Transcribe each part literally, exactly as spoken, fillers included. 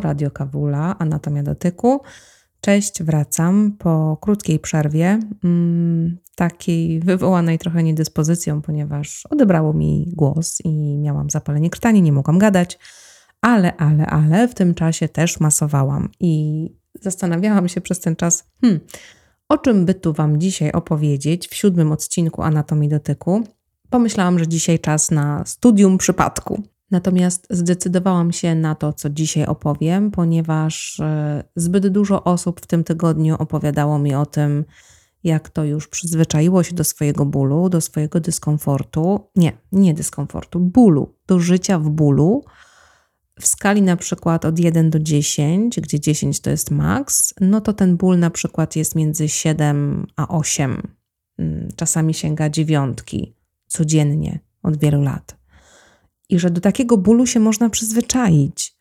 Radio Kawula, Anatomia Dotyku. Cześć, wracam po krótkiej przerwie, mm, takiej wywołanej trochę niedyspozycją, ponieważ odebrało mi głos i miałam zapalenie krtani, nie mogłam gadać, ale, ale, ale w tym czasie też masowałam i zastanawiałam się przez ten czas, hmm, o czym by tu Wam dzisiaj opowiedzieć w siódmym odcinku Anatomii Dotyku. Pomyślałam, że dzisiaj czas na studium przypadku. Natomiast zdecydowałam się na to, co dzisiaj opowiem, ponieważ zbyt dużo osób w tym tygodniu opowiadało mi o tym, jak to już przyzwyczaiło się do swojego bólu, do swojego dyskomfortu. Nie, nie dyskomfortu, bólu, do życia w bólu. W skali na przykład od jeden do dziesięciu, gdzie dziesięć to jest maks, no to ten ból na przykład jest między siedem a osiem. Czasami sięga dziewiątki codziennie od wielu lat. I że do takiego bólu się można przyzwyczaić.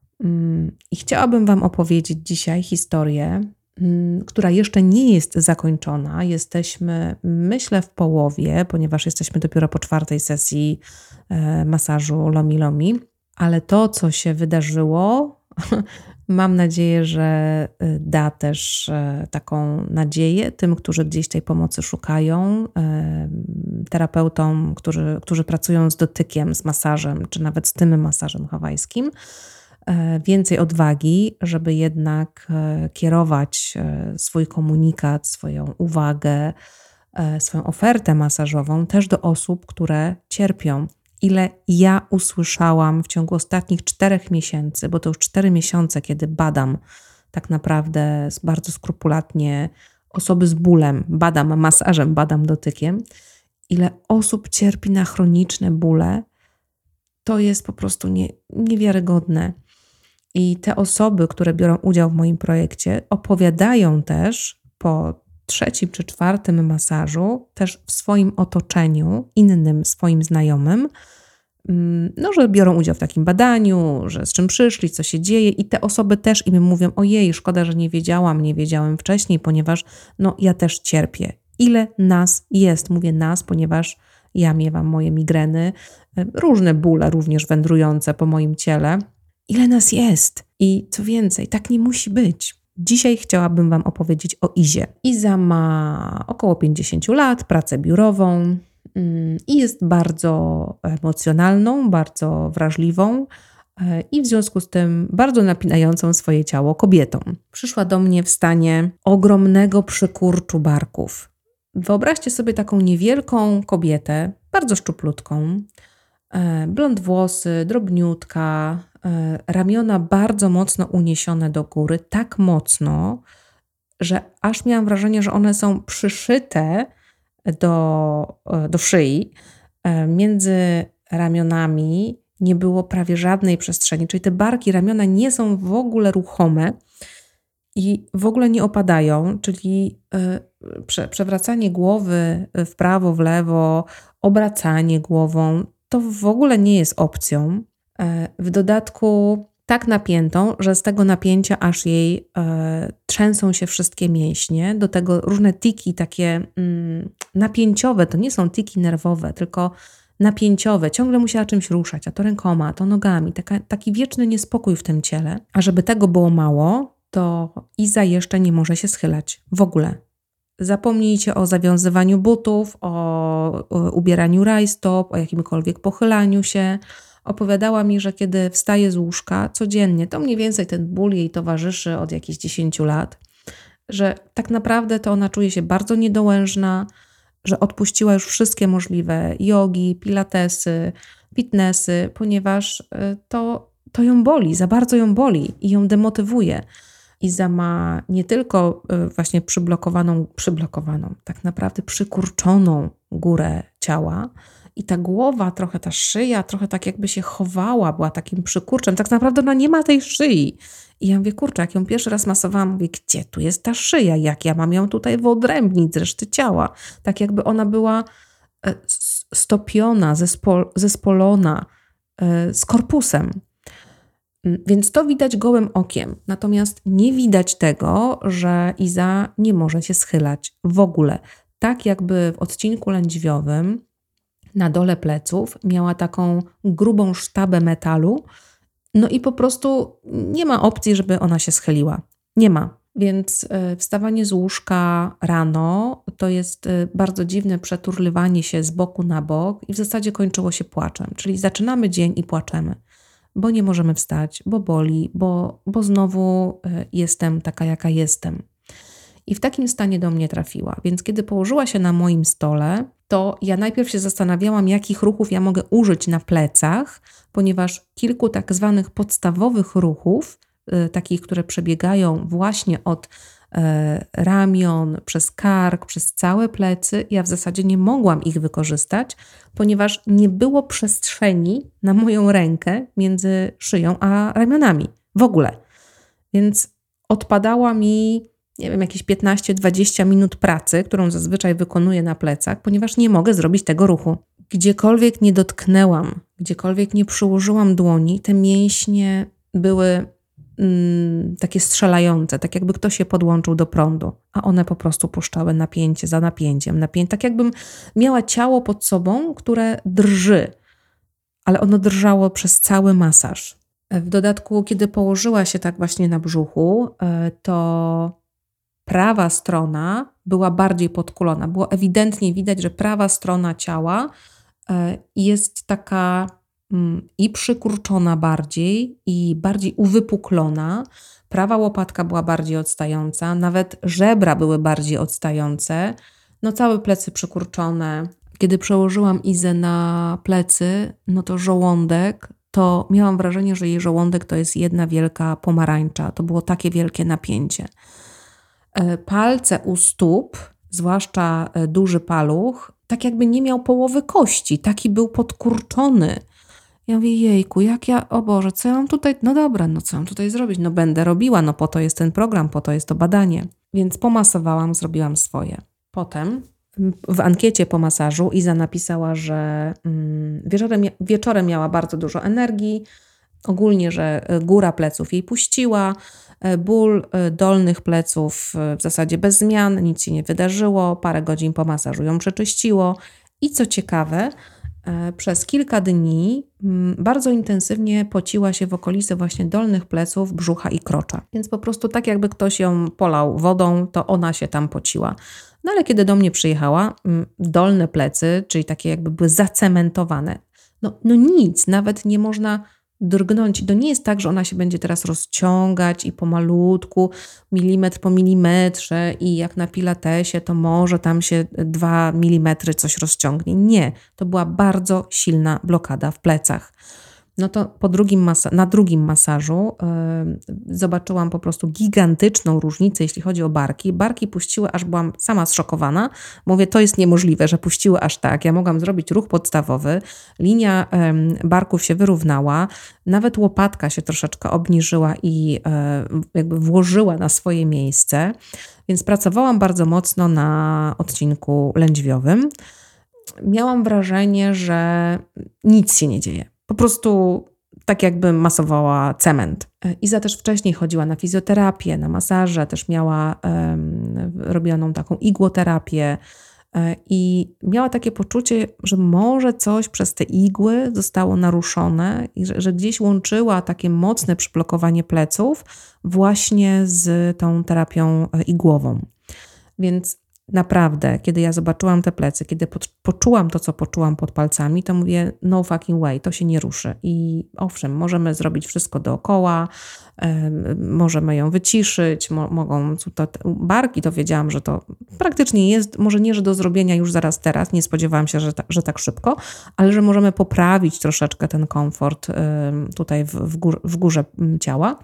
I chciałabym Wam opowiedzieć dzisiaj historię, która jeszcze nie jest zakończona. Jesteśmy, myślę, w połowie, ponieważ jesteśmy dopiero po czwartej sesji masażu Lomi Lomi. Ale to, co się wydarzyło, mam nadzieję, że da też taką nadzieję tym, którzy gdzieś tej pomocy szukają, terapeutom, którzy, którzy pracują z dotykiem, z masażem, czy nawet z tym masażem hawajskim, więcej odwagi, żeby jednak kierować swój komunikat, swoją uwagę, swoją ofertę masażową też do osób, które cierpią. Ile ja usłyszałam w ciągu ostatnich czterech miesięcy, bo to już cztery miesiące, kiedy badam tak naprawdę bardzo skrupulatnie osoby z bólem, badam masażem, badam dotykiem, ile osób cierpi na chroniczne bóle, to jest po prostu nie, niewiarygodne. I te osoby, które biorą udział w moim projekcie, opowiadają też po trzecim czy czwartym masażu, też w swoim otoczeniu, innym swoim znajomym, no, że biorą udział w takim badaniu, że z czym przyszli, co się dzieje i te osoby też im mówią, ojej, szkoda, że nie wiedziałam, nie wiedziałem wcześniej, ponieważ no, ja też cierpię. Ile nas jest? Mówię nas, ponieważ ja miewam moje migreny, różne bóle również wędrujące po moim ciele. Ile nas jest? I co więcej, tak nie musi być. Dzisiaj chciałabym Wam opowiedzieć o Izie. Iza ma około pięćdziesiąt lat, pracę biurową i jest bardzo emocjonalną, bardzo wrażliwą i w związku z tym bardzo napinającą swoje ciało kobietą. Przyszła do mnie w stanie ogromnego przykurczu barków. Wyobraźcie sobie taką niewielką kobietę, bardzo szczuplutką, blond włosy, drobniutka, ramiona bardzo mocno uniesione do góry, tak mocno, że aż miałam wrażenie, że one są przyszyte do, do szyi. Między ramionami nie było prawie żadnej przestrzeni, czyli te barki, ramiona nie są w ogóle ruchome i w ogóle nie opadają, czyli prze, przewracanie głowy w prawo, w lewo, obracanie głową, to w ogóle nie jest opcją. W dodatku tak napiętą, że z tego napięcia aż jej e, trzęsą się wszystkie mięśnie. Do tego różne tiki takie mm, napięciowe, to nie są tiki nerwowe, tylko napięciowe. Ciągle musiała czymś ruszać, a to rękoma, a to nogami. Taka, taki wieczny niespokój w tym ciele. A żeby tego było mało, to Iza jeszcze nie może się schylać. W ogóle. Zapomnijcie o zawiązywaniu butów, o, o ubieraniu rajstop, o jakimkolwiek pochylaniu się. Opowiadała mi, że kiedy wstaje z łóżka codziennie, to mniej więcej ten ból jej towarzyszy od jakichś dziesięciu lat, że tak naprawdę to ona czuje się bardzo niedołężna, że odpuściła już wszystkie możliwe jogi, pilatesy, fitnessy, ponieważ to, to ją boli, za bardzo ją boli i ją demotywuje. Iza ma nie tylko właśnie przyblokowaną, przyblokowaną, tak naprawdę przykurczoną górę ciała, i ta głowa, trochę ta szyja, trochę tak jakby się chowała, była takim przykurczem. Tak naprawdę ona nie ma tej szyi. I ja mówię, kurczę, jak ją pierwszy raz masowałam, mówię, gdzie tu jest ta szyja? Jak ja mam ją tutaj wyodrębnić z reszty ciała? Tak jakby ona była stopiona, zespo, zespolona z korpusem. Więc to widać gołym okiem. Natomiast nie widać tego, że Iza nie może się schylać w ogóle. Tak jakby w odcinku lędźwiowym na dole pleców miała taką grubą sztabę metalu No i po prostu nie ma opcji, żeby ona się schyliła. Nie ma. Więc y, wstawanie z łóżka rano to jest y, bardzo dziwne przeturlywanie się z boku na bok i w zasadzie kończyło się płaczem. Czyli zaczynamy dzień i płaczemy, bo nie możemy wstać, bo boli, bo, bo znowu y, jestem taka, jaka jestem. I w takim stanie do mnie trafiła. Więc kiedy położyła się na moim stole, to ja najpierw się zastanawiałam, jakich ruchów ja mogę użyć na plecach, ponieważ kilku tak zwanych podstawowych ruchów, y, takich, które przebiegają właśnie od y, ramion, przez kark, przez całe plecy, ja w zasadzie nie mogłam ich wykorzystać, ponieważ nie było przestrzeni na moją rękę między szyją a ramionami. W ogóle. Więc odpadała mi nie wiem, jakieś piętnaście dwadzieścia minut pracy, którą zazwyczaj wykonuję na plecach, ponieważ nie mogę zrobić tego ruchu. Gdziekolwiek nie dotknęłam, gdziekolwiek nie przyłożyłam dłoni, te mięśnie były mm, takie strzelające, tak jakby ktoś je podłączył do prądu, a one po prostu puszczały napięcie za napięciem, napięcie, tak jakbym miała ciało pod sobą, które drży, ale ono drżało przez cały masaż. W dodatku, kiedy położyła się tak właśnie na brzuchu, to prawa strona była bardziej podkulona. Było ewidentnie widać, że prawa strona ciała jest taka i przykurczona bardziej, i bardziej uwypuklona. Prawa łopatka była bardziej odstająca, nawet żebra były bardziej odstające. No całe plecy przykurczone. Kiedy przełożyłam Izę na plecy, no to żołądek, to miałam wrażenie, że jej żołądek to jest jedna wielka pomarańcza. To było takie wielkie napięcie. Palce u stóp, zwłaszcza duży paluch, tak jakby nie miał połowy kości, taki był podkurczony. Ja mówię, jejku, jak ja, o Boże, co ja mam tutaj, no dobra, no co mam tutaj zrobić? No będę robiła, no po to jest ten program, po to jest to badanie. Więc pomasowałam, zrobiłam swoje. Potem w ankiecie po masażu Iza napisała, że mm, wieczorem, wieczorem miała bardzo dużo energii, ogólnie, że góra pleców jej puściła, ból dolnych pleców w zasadzie bez zmian, nic się nie wydarzyło, parę godzin po masażu ją przeczyściło i co ciekawe, przez kilka dni bardzo intensywnie pociła się w okolicy właśnie dolnych pleców, brzucha i krocza. Więc po prostu tak jakby ktoś ją polał wodą, to ona się tam pociła. No ale kiedy do mnie przyjechała, dolne plecy, czyli takie jakby były zacementowane, no, no nic, nawet nie można drgnąć. To nie jest tak, że ona się będzie teraz rozciągać i pomalutku, milimetr po milimetrze i jak na pilatesie, to może tam się dwa milimetry coś rozciągnie. Nie, to była bardzo silna blokada w plecach. No to po drugim masa- na drugim masażu yy, zobaczyłam po prostu gigantyczną różnicę, jeśli chodzi o barki. Barki puściły, aż byłam sama zszokowana. Mówię, to jest niemożliwe, że puściły aż tak. Ja mogłam zrobić ruch podstawowy, linia yy, barków się wyrównała, nawet łopatka się troszeczkę obniżyła i yy, jakby włożyła na swoje miejsce. Więc pracowałam bardzo mocno na odcinku lędźwiowym. Miałam wrażenie, że nic się nie dzieje. Po prostu tak jakby masowała cement. Iza też wcześniej chodziła na fizjoterapię, na masaże, też miała um, robioną taką igłoterapię um, i miała takie poczucie, że może coś przez te igły zostało naruszone i że, że gdzieś łączyła takie mocne przyblokowanie pleców właśnie z tą terapią igłową. Więc naprawdę, kiedy ja zobaczyłam te plecy, kiedy po, poczułam to, co poczułam pod palcami, to mówię, no fucking way, to się nie ruszy. I owszem, możemy zrobić wszystko dookoła, um, możemy ją wyciszyć, mo, mogą to, barki, to wiedziałam, że to praktycznie jest, może nie, że do zrobienia już zaraz teraz, nie spodziewałam się, że, ta, że tak szybko, ale że możemy poprawić troszeczkę ten komfort um, tutaj w, w, gór, w górze ciała.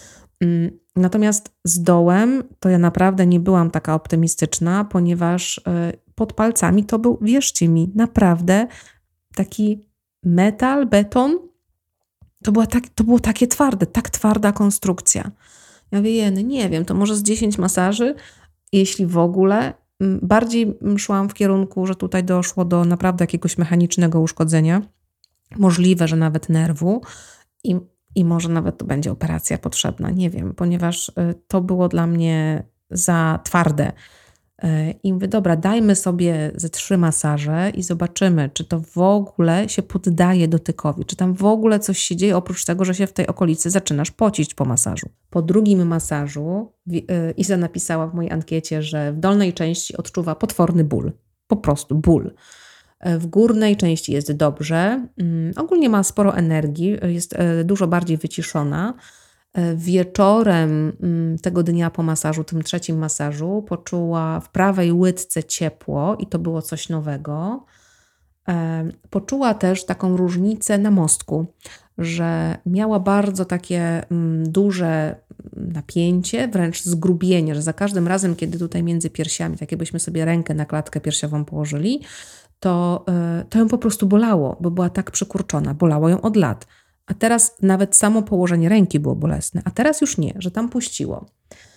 Natomiast z dołem to ja naprawdę nie byłam taka optymistyczna, ponieważ pod palcami to był, wierzcie mi, naprawdę taki metal, beton. To, była tak, to było takie twarde, tak twarda konstrukcja. Ja mówię, nie wiem, to może z dziesięć masaży, jeśli w ogóle. Bardziej szłam w kierunku, że tutaj doszło do naprawdę jakiegoś mechanicznego uszkodzenia. Możliwe, że nawet nerwu. I I może nawet to będzie operacja potrzebna, nie wiem, ponieważ to było dla mnie za twarde. I mówię, dobra, dajmy sobie ze trzy masaże i zobaczymy, czy to w ogóle się poddaje dotykowi, czy tam w ogóle coś się dzieje, oprócz tego, że się w tej okolicy zaczynasz pocić po masażu. Po drugim masażu Iza napisała w mojej ankiecie, że w dolnej części odczuwa potworny ból. Po prostu ból. W górnej części jest dobrze. Ogólnie ma sporo energii, jest dużo bardziej wyciszona. Wieczorem tego dnia po masażu, tym trzecim masażu, poczuła w prawej łydce ciepło i to było coś nowego. Poczuła też taką różnicę na mostku, że miała bardzo takie duże napięcie, wręcz zgrubienie, że za każdym razem, kiedy tutaj między piersiami, tak jakbyśmy sobie rękę na klatkę piersiową położyli, to, to ją po prostu bolało, bo była tak przykurczona. Bolało ją od lat. A teraz nawet samo położenie ręki było bolesne, a teraz już nie, że tam puściło.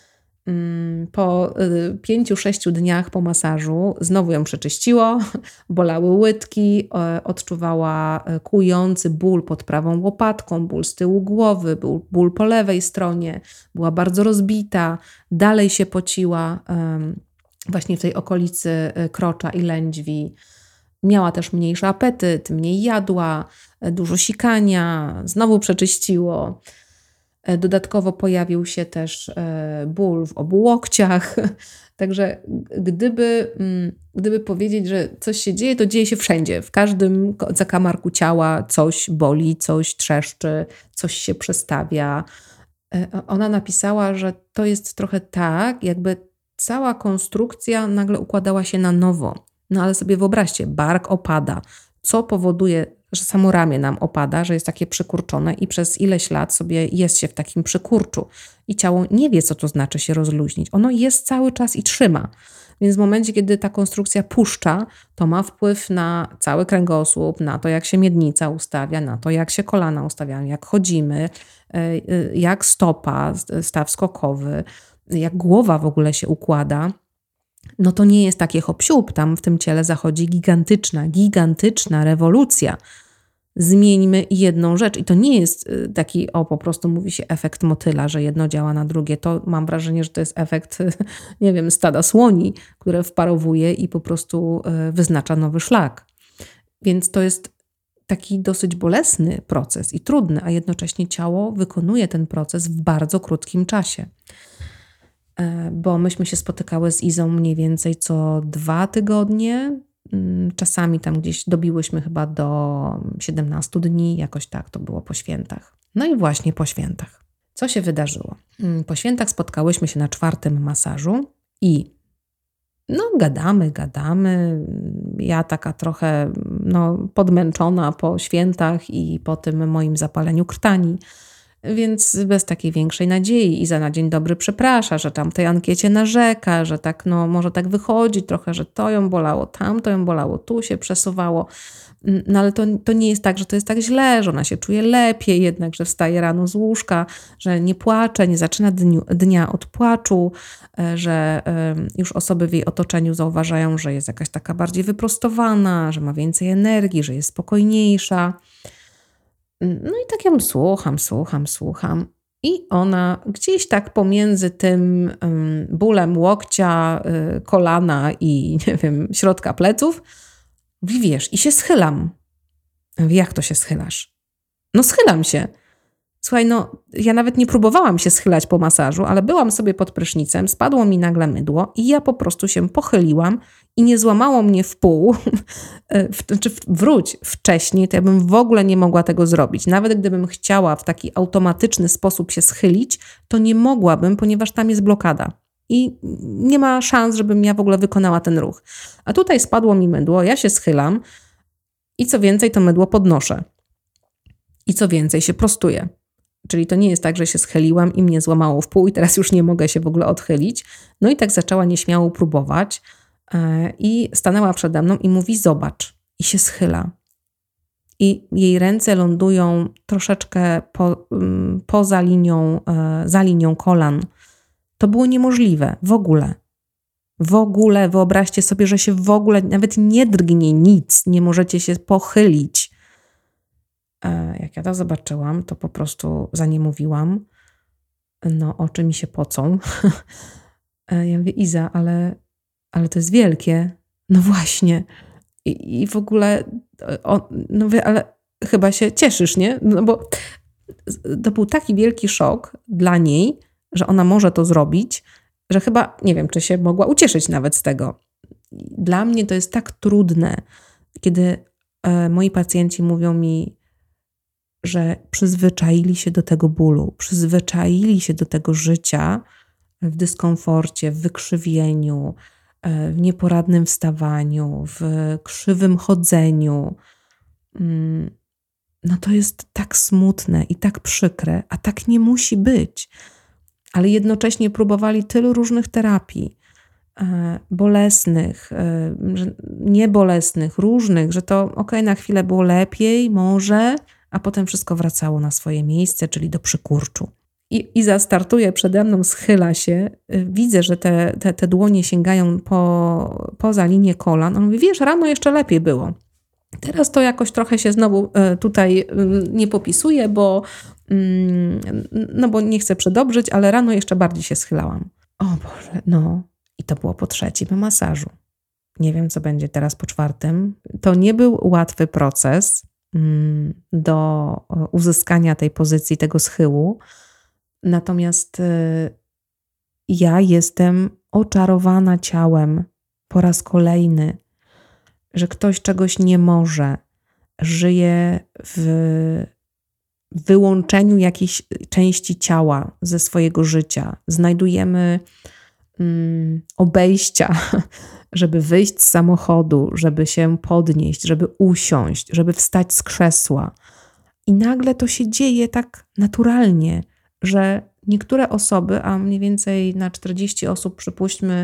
Po pięciu, sześciu dniach po masażu znowu ją przeczyściło, bolały łydki, odczuwała kłujący ból pod prawą łopatką, ból z tyłu głowy, ból, ból po lewej stronie, była bardzo rozbita, dalej się pociła właśnie w tej okolicy krocza i lędźwi. Miała też mniejszy apetyt, mniej jadła, dużo sikania, znowu przeczyściło. Dodatkowo pojawił się też ból w obu łokciach. Także gdyby, gdyby powiedzieć, że coś się dzieje, to dzieje się wszędzie. W każdym zakamarku ciała coś boli, coś trzeszczy, coś się przestawia. Ona napisała, że to jest trochę tak, jakby cała konstrukcja nagle układała się na nowo. No ale sobie wyobraźcie, bark opada, co powoduje, że samo ramię nam opada, że jest takie przykurczone i przez ileś lat sobie jest się w takim przykurczu i ciało nie wie, co to znaczy się rozluźnić. Ono jest cały czas i trzyma. Więc w momencie, kiedy ta konstrukcja puszcza, to ma wpływ na cały kręgosłup, na to, jak się miednica ustawia, na to, jak się kolana ustawiają, jak chodzimy, jak stopa, staw skokowy, jak głowa w ogóle się układa. No to nie jest takie hop-siup, tam w tym ciele zachodzi gigantyczna, gigantyczna rewolucja. Zmieńmy jedną rzecz i to nie jest taki, o po prostu mówi się efekt motyla, że jedno działa na drugie. To mam wrażenie, że to jest efekt, nie wiem, stada słoni, które wparowuje i po prostu wyznacza nowy szlak. Więc to jest taki dosyć bolesny proces i trudny, a jednocześnie ciało wykonuje ten proces w bardzo krótkim czasie. Bo myśmy się spotykały z Izą mniej więcej co dwa tygodnie. Czasami tam gdzieś dobiłyśmy chyba do siedemnastu dni, jakoś tak to było po świętach. No i właśnie po świętach. Co się wydarzyło? Po świętach spotkałyśmy się na czwartym masażu i no gadamy, gadamy. Ja taka trochę no, podmęczona po świętach i po tym moim zapaleniu krtani. Więc bez takiej większej nadziei. Iza na dzień dobry przeprasza, że tam w tej ankiecie narzeka, że tak no może tak wychodzi trochę, że to ją bolało, tam to ją bolało, tu się przesuwało. No ale to, to nie jest tak, że to jest tak źle, że ona się czuje lepiej jednak, że wstaje rano z łóżka, że nie płacze, nie zaczyna dniu, dnia od płaczu, że już osoby w jej otoczeniu zauważają, że jest jakaś taka bardziej wyprostowana, że ma więcej energii, że jest spokojniejsza. No i tak ją słucham, słucham, słucham i ona gdzieś tak pomiędzy tym um, bólem łokcia, y, kolana i nie wiem, środka pleców, mówi, wiesz, i się schylam. Ja mówię, jak to się schylasz? No schylam się. Słuchaj, no ja nawet nie próbowałam się schylać po masażu, ale byłam sobie pod prysznicem, spadło mi nagle mydło i ja po prostu się pochyliłam i nie złamało mnie w pół, czy wróć wcześniej, to ja bym w ogóle nie mogła tego zrobić. Nawet gdybym chciała w taki automatyczny sposób się schylić, to nie mogłabym, ponieważ tam jest blokada. I nie ma szans, żebym ja w ogóle wykonała ten ruch. A tutaj spadło mi mydło, ja się schylam i co więcej to mydło podnoszę. I co więcej się prostuję. Czyli to nie jest tak, że się schyliłam i mnie złamało w pół i teraz już nie mogę się w ogóle odchylić. No i tak zaczęła nieśmiało próbować yy, i stanęła przede mną i mówi zobacz. I się schyla. I jej ręce lądują troszeczkę po, yy, poza linią, yy, za linią kolan. To było niemożliwe w ogóle. W ogóle wyobraźcie sobie, że się w ogóle nawet nie drgnie nic. Nie możecie się pochylić. Jak ja to zobaczyłam, to po prostu zaniemówiłam. No, oczy mi się pocą. Ja mówię, Iza, ale ale to jest wielkie. No właśnie. I, i w ogóle, o, no wie, ale chyba się cieszysz, nie? No bo to był taki wielki szok dla niej, że ona może to zrobić, że chyba, nie wiem, czy się mogła ucieszyć nawet z tego. Dla mnie to jest tak trudne, kiedy e, moi pacjenci mówią mi, że przyzwyczaili się do tego bólu, przyzwyczaili się do tego życia w dyskomforcie, w wykrzywieniu, w nieporadnym wstawaniu, w krzywym chodzeniu. No to jest tak smutne i tak przykre, a tak nie musi być. Ale jednocześnie próbowali tylu różnych terapii, bolesnych, niebolesnych, różnych, że to okej, na chwilę było lepiej, może, a potem wszystko wracało na swoje miejsce, czyli do przykurczu. I Iza startuje przede mną, schyla się, widzę, że te, te, te dłonie sięgają po, poza linię kolan. On mówi, wiesz, rano jeszcze lepiej było. Teraz to jakoś trochę się znowu tutaj nie popisuje, bo, no bo nie chcę przedobrzyć, ale rano jeszcze bardziej się schylałam. O Boże, no i to było po trzecim masażu. Nie wiem, co będzie teraz po czwartym. To nie był łatwy proces do uzyskania tej pozycji, tego schyłu. Natomiast ja jestem oczarowana ciałem po raz kolejny, że ktoś czegoś nie może, żyje w wyłączeniu jakiejś części ciała ze swojego życia. Znajdujemy mm, obejścia, żeby wyjść z samochodu, żeby się podnieść, żeby usiąść, żeby wstać z krzesła. I nagle to się dzieje tak naturalnie, że niektóre osoby, a mniej więcej na czterdzieści osób, przypuśćmy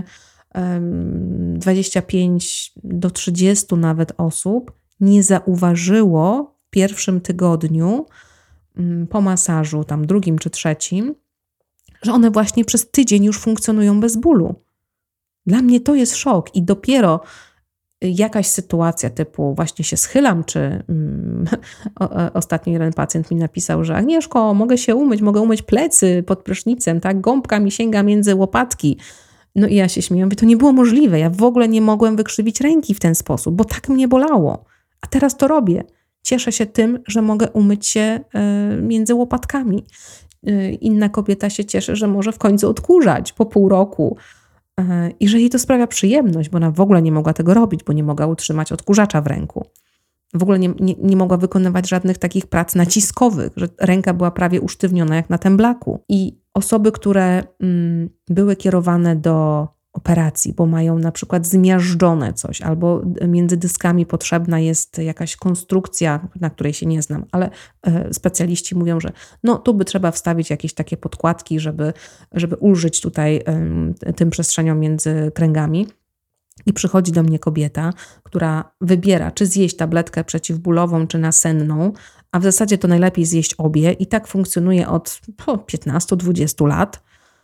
dwadzieścia pięć do trzydziestu nawet osób, nie zauważyło w pierwszym tygodniu po masażu, tam drugim czy trzecim, że one właśnie przez tydzień już funkcjonują bez bólu. Dla mnie to jest szok i dopiero jakaś sytuacja typu właśnie się schylam, czy um, ostatnio jeden pacjent mi napisał, że Agnieszko, mogę się umyć, mogę umyć plecy pod prysznicem, tak? Gąbka mi sięga między łopatki. No i ja się śmieję, mówię, to nie było możliwe. Ja w ogóle nie mogłem wykrzywić ręki w ten sposób, bo tak mnie bolało. A teraz to robię. Cieszę się tym, że mogę umyć się y, między łopatkami. Y, inna kobieta się cieszy, że może w końcu odkurzać po pół roku. I że jej to sprawia przyjemność, bo ona w ogóle nie mogła tego robić, bo nie mogła utrzymać odkurzacza w ręku. W ogóle nie, nie, nie mogła wykonywać żadnych takich prac naciskowych, że ręka była prawie usztywniona jak na temblaku. I osoby, które mm, były kierowane do operacji, bo mają na przykład zmiażdżone coś, albo między dyskami potrzebna jest jakaś konstrukcja, na której się nie znam, ale e, specjaliści mówią, że no tu by trzeba wstawić jakieś takie podkładki, żeby, żeby ulżyć tutaj e, tym przestrzeniom między kręgami. I przychodzi do mnie kobieta, która wybiera, czy zjeść tabletkę przeciwbólową, czy nasenną, a w zasadzie to najlepiej zjeść obie i tak funkcjonuje od piętnastu do dwudziestu lat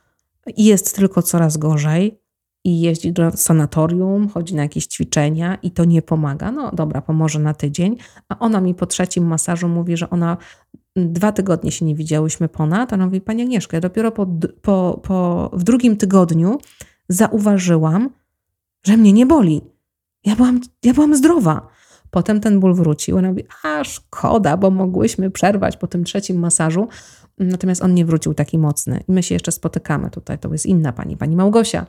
i jest tylko coraz gorzej i jeździ do sanatorium, chodzi na jakieś ćwiczenia i to nie pomaga. No dobra, pomoże na tydzień, a ona mi po trzecim masażu mówi, że ona dwa tygodnie się nie widziałyśmy ponad, a ona mówi, pani Agnieszko, ja dopiero po, po, po, w drugim tygodniu zauważyłam, że mnie nie boli. Ja byłam, ja byłam zdrowa. Potem ten ból wrócił. Ona mówi, a szkoda, bo mogłyśmy przerwać po tym trzecim masażu. Natomiast on nie wrócił taki mocny. I my się jeszcze spotykamy tutaj. To jest inna pani, pani Małgosia,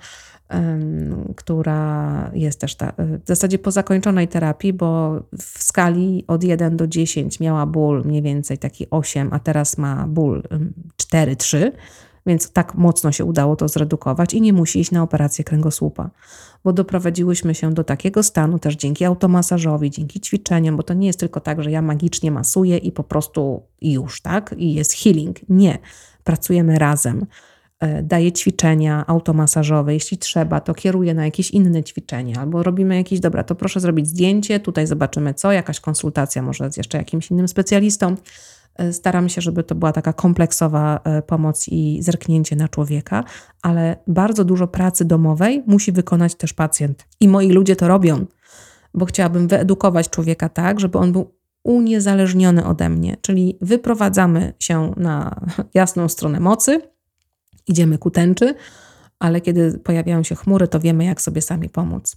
um, która jest też ta, w zasadzie po zakończonej terapii, bo w skali od jeden do dziesięciu miała ból mniej więcej taki osiem, a teraz ma ból cztery, trzy. Więc tak mocno się udało to zredukować i nie musi iść na operację kręgosłupa. Bo doprowadziłyśmy się do takiego stanu też dzięki automasażowi, dzięki ćwiczeniom, bo to nie jest tylko tak, że ja magicznie masuję i po prostu już, tak? I jest healing. Nie. Pracujemy razem. Daję ćwiczenia automasażowe. Jeśli trzeba, to kieruję na jakieś inne ćwiczenia. Albo robimy jakieś, dobra, to proszę zrobić zdjęcie, tutaj zobaczymy co, jakaś konsultacja może z jeszcze jakimś innym specjalistą. Staram się, żeby to była taka kompleksowa pomoc i zerknięcie na człowieka, ale bardzo dużo pracy domowej musi wykonać też pacjent. I moi ludzie to robią, bo chciałabym wyedukować człowieka tak, żeby on był uniezależniony ode mnie. Czyli wyprowadzamy się na jasną stronę mocy, idziemy ku tęczy, ale kiedy pojawiają się chmury, to wiemy, jak sobie sami pomóc.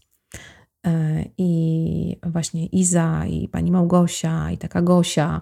I właśnie Iza, i pani Małgosia, i taka Gosia.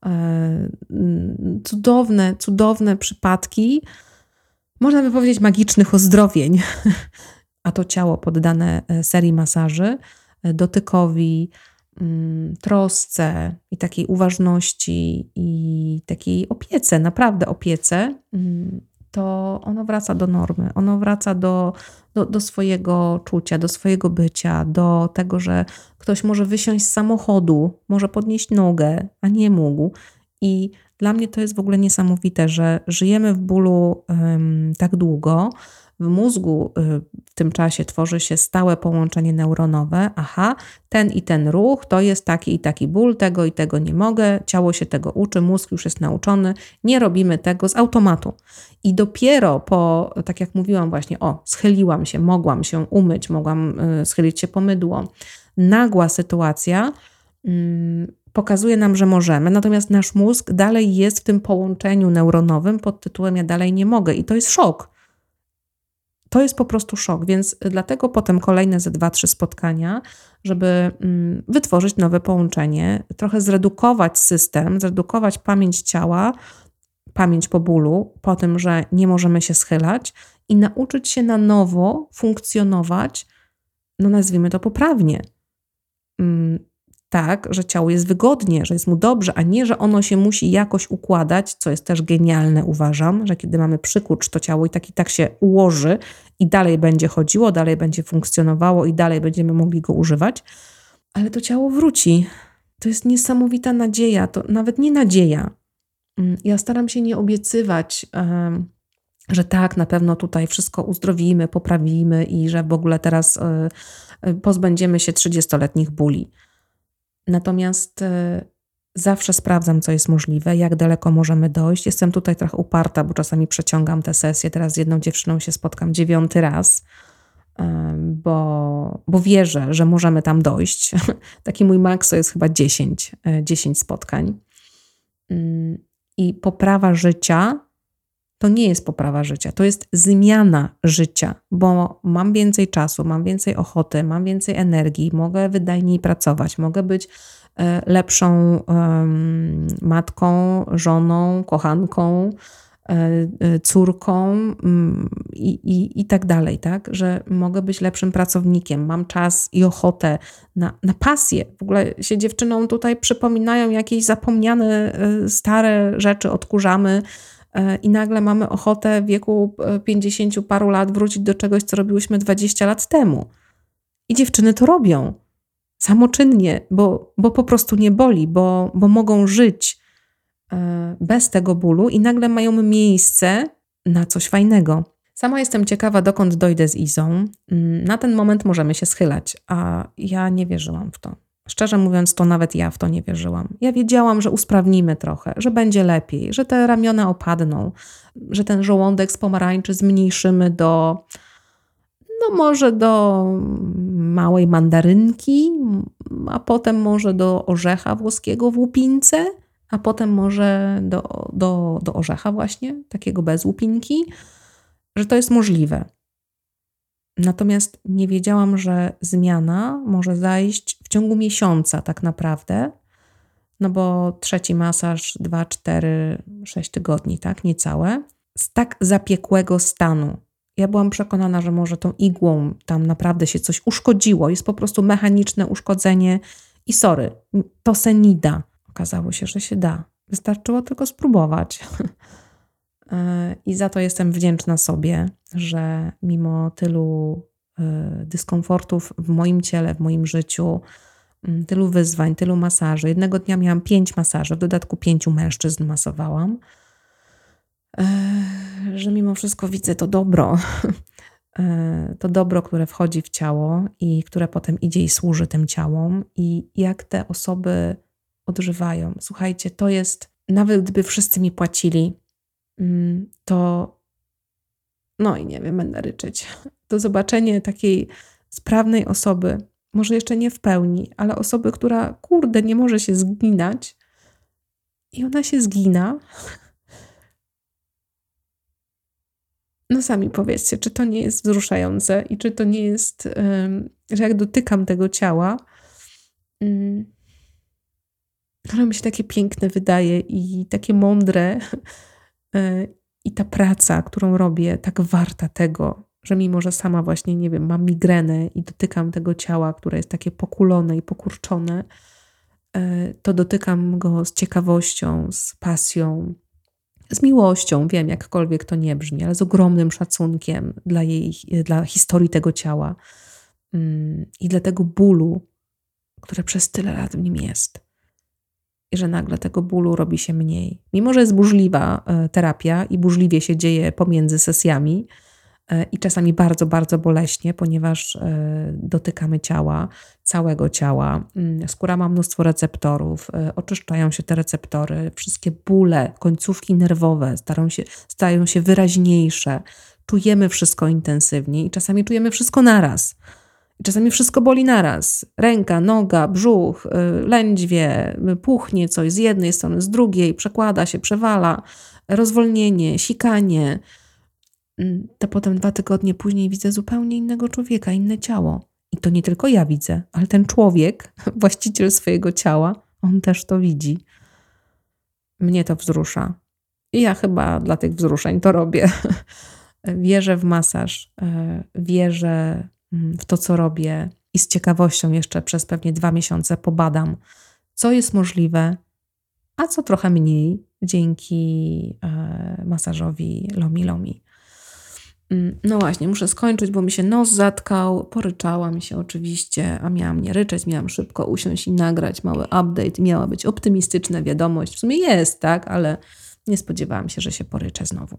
Cudowne, cudowne przypadki, można by powiedzieć magicznych uzdrowień. A to ciało poddane serii masaży, dotykowi, trosce i takiej uważności i takiej opiece, naprawdę opiece, to ono wraca do normy, ono wraca do, do, do swojego czucia, do swojego bycia, do tego, że ktoś może wysiąść z samochodu, może podnieść nogę, a nie mógł. I dla mnie to jest w ogóle niesamowite, że żyjemy w bólu um, tak długo. W mózgu w tym czasie tworzy się stałe połączenie neuronowe. Aha, ten i ten ruch to jest taki i taki ból, tego i tego nie mogę, ciało się tego uczy, mózg już jest nauczony, nie robimy tego z automatu. I dopiero po, tak jak mówiłam właśnie, o, schyliłam się, mogłam się umyć, mogłam schylić się po mydło. Nagła sytuacja hmm, pokazuje nam, że możemy, natomiast nasz mózg dalej jest w tym połączeniu neuronowym pod tytułem ja dalej nie mogę i to jest szok. To jest po prostu szok, więc dlatego potem kolejne ze dwa, trzy spotkania, żeby wytworzyć nowe połączenie, trochę zredukować system, zredukować pamięć ciała, pamięć po bólu, po tym, że nie możemy się schylać i nauczyć się na nowo funkcjonować, no nazwijmy to poprawnie. Tak, że ciało jest wygodnie, że jest mu dobrze, a nie, że ono się musi jakoś układać, co jest też genialne, uważam, że kiedy mamy przykurcz, to ciało i tak i tak się ułoży i dalej będzie chodziło, dalej będzie funkcjonowało i dalej będziemy mogli go używać, ale to ciało wróci. To jest niesamowita nadzieja, to nawet nie nadzieja. Ja staram się nie obiecywać, że tak, na pewno tutaj wszystko uzdrowimy, poprawimy i że w ogóle teraz pozbędziemy się trzydziestoletnich bóli. Natomiast zawsze sprawdzam, co jest możliwe, jak daleko możemy dojść. Jestem tutaj trochę uparta, bo czasami przeciągam te sesje. Teraz z jedną dziewczyną się spotkam dziewiąty raz, bo, bo wierzę, że możemy tam dojść. Taki mój maks to jest chyba dziesięć, dziesięć spotkań. I poprawa życia to nie jest poprawa życia, to jest zmiana życia, bo mam więcej czasu, mam więcej ochoty, mam więcej energii, mogę wydajniej pracować, mogę być lepszą um, matką, żoną, kochanką, córką um, i, i, i tak dalej, tak? Że mogę być lepszym pracownikiem, mam czas i ochotę na, na pasję. W ogóle się dziewczynom tutaj przypominają jakieś zapomniane stare rzeczy, odkurzamy, i nagle mamy ochotę w wieku pięćdziesięciu paru lat wrócić do czegoś, co robiłyśmy dwadzieścia lat temu. I dziewczyny to robią. Samoczynnie, bo, bo po prostu nie boli, bo, bo mogą żyć bez tego bólu i nagle mają miejsce na coś fajnego. Sama jestem ciekawa, dokąd dojdę z Izą. Na ten moment możemy się schylać, a ja nie wierzyłam w to. Szczerze mówiąc, to nawet ja w to nie wierzyłam. Ja wiedziałam, że usprawnimy trochę, że będzie lepiej, że te ramiona opadną, że ten żołądek z pomarańczy zmniejszymy do, no może do małej mandarynki, a potem może do orzecha włoskiego w łupince, a potem może do, do, do orzecha właśnie, takiego bez łupinki, że to jest możliwe. Natomiast nie wiedziałam, że zmiana może zajść w ciągu miesiąca tak naprawdę, no bo trzeci masaż, dwa, cztery, sześć tygodni, tak, niecałe, z tak zapiekłego stanu. Ja byłam przekonana, że może tą igłą tam naprawdę się coś uszkodziło, jest po prostu mechaniczne uszkodzenie i sorry, to se nie da. Okazało się, że się da. Wystarczyło tylko spróbować. I za to jestem wdzięczna sobie, że mimo tylu dyskomfortów w moim ciele, w moim życiu, tylu wyzwań, tylu masaży. Jednego dnia miałam pięć masaży, w dodatku pięciu mężczyzn masowałam, że mimo wszystko widzę to dobro, to dobro, które wchodzi w ciało i które potem idzie i służy tym ciałom i jak te osoby odżywają. Słuchajcie, to jest, nawet gdyby wszyscy mi płacili, to no i nie wiem, będę ryczeć. To zobaczenie takiej sprawnej osoby, może jeszcze nie w pełni, ale osoby, która kurde nie może się zginać i ona się zgina No sami powiedzcie, czy to nie jest wzruszające i czy to nie jest, ym, że jak dotykam tego ciała, ym, ono mi się takie piękne wydaje i takie mądre. y, I ta praca, którą robię, tak warta tego, że mimo, że sama właśnie, nie wiem, mam migrenę i dotykam tego ciała, które jest takie pokulone i pokurczone, y, to dotykam go z ciekawością, z pasją, z miłością, wiem, jakkolwiek to nie brzmi, ale z ogromnym szacunkiem dla jej, dla historii tego ciała mm, i dla tego bólu, które przez tyle lat w nim jest. I że nagle tego bólu robi się mniej. Mimo, że jest burzliwa e, terapia i burzliwie się dzieje pomiędzy sesjami e, i czasami bardzo, bardzo boleśnie, ponieważ e, dotykamy ciała, całego ciała. Mm, Skóra ma mnóstwo receptorów, e, oczyszczają się te receptory, wszystkie bóle, końcówki nerwowe stają się, stają się wyraźniejsze. Czujemy wszystko intensywniej i czasami czujemy wszystko naraz. I czasami wszystko boli naraz. Ręka, noga, brzuch, y, lędźwie, y, puchnie coś z jednej strony, z drugiej, przekłada się, przewala, rozwolnienie, sikanie. Mm, To potem dwa tygodnie później widzę zupełnie innego człowieka, inne ciało. I to nie tylko ja widzę, ale ten człowiek, właściciel swojego ciała, on też to widzi. Mnie to wzrusza. I ja chyba dla tych wzruszeń to robię. Wierzę w masaż, y, wierzę w to, co robię i z ciekawością jeszcze przez pewnie dwa miesiące pobadam, co jest możliwe, a co trochę mniej dzięki e, masażowi Lomi Lomi. Mm, No właśnie, muszę skończyć, bo mi się nos zatkał, poryczała mi się oczywiście, a miałam nie ryczeć, miałam szybko usiąść i nagrać mały update. Miała być optymistyczna wiadomość, w sumie jest, tak, ale nie spodziewałam się, że się poryczę znowu.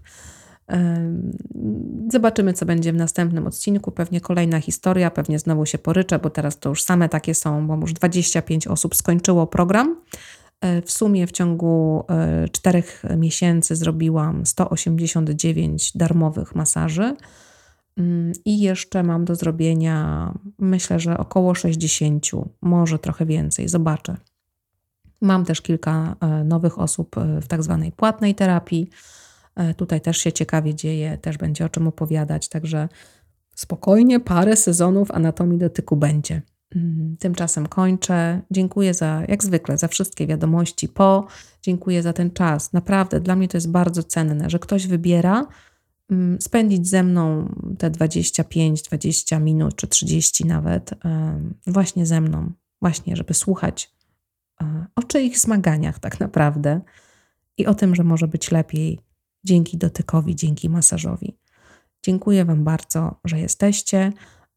Zobaczymy, co będzie w następnym odcinku. Pewnie kolejna historia, pewnie znowu się poryczę, bo teraz to już same takie są, bo już dwadzieścia pięć osób skończyło program. W sumie w ciągu czterech miesięcy zrobiłam sto osiemdziesiąt dziewięć darmowych masaży i jeszcze mam do zrobienia, myślę, że około sześćdziesiąt, może trochę więcej, zobaczę. Mam też kilka nowych osób w tak zwanej płatnej terapii. Tutaj też się ciekawie dzieje, też będzie o czym opowiadać, także spokojnie parę sezonów anatomii dotyku będzie. Tymczasem kończę. Dziękuję za, jak zwykle, za wszystkie wiadomości po. Dziękuję za ten czas. Naprawdę dla mnie to jest bardzo cenne, że ktoś wybiera spędzić ze mną te dwadzieścia pięć, dwadzieścia minut czy trzydzieści nawet właśnie ze mną. Właśnie, żeby słuchać o czyich zmaganiach tak naprawdę i o tym, że może być lepiej dzięki dotykowi, dzięki masażowi. Dziękuję Wam bardzo, że jesteście.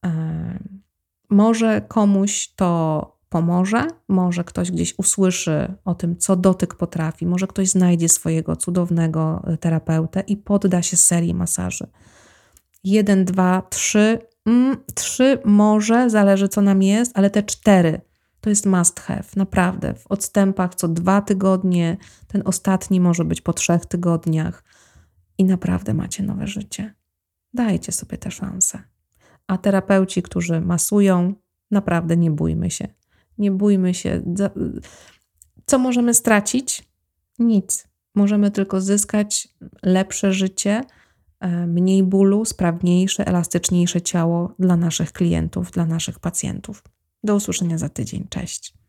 Może komuś to pomoże, może ktoś gdzieś usłyszy o tym, co dotyk potrafi, może ktoś znajdzie swojego cudownego terapeutę i podda się serii masaży. Jeden, dwa, trzy, mm, trzy może, zależy co nam jest, ale te cztery to jest must have, naprawdę. W odstępach co dwa tygodnie, ten ostatni może być po trzech tygodniach i naprawdę macie nowe życie. Dajcie sobie tę szansę. A terapeuci, którzy masują, naprawdę nie bójmy się. Nie bójmy się. Co możemy stracić? Nic. Możemy tylko zyskać lepsze życie, mniej bólu, sprawniejsze, elastyczniejsze ciało dla naszych klientów, dla naszych pacjentów. Do usłyszenia za tydzień. Cześć.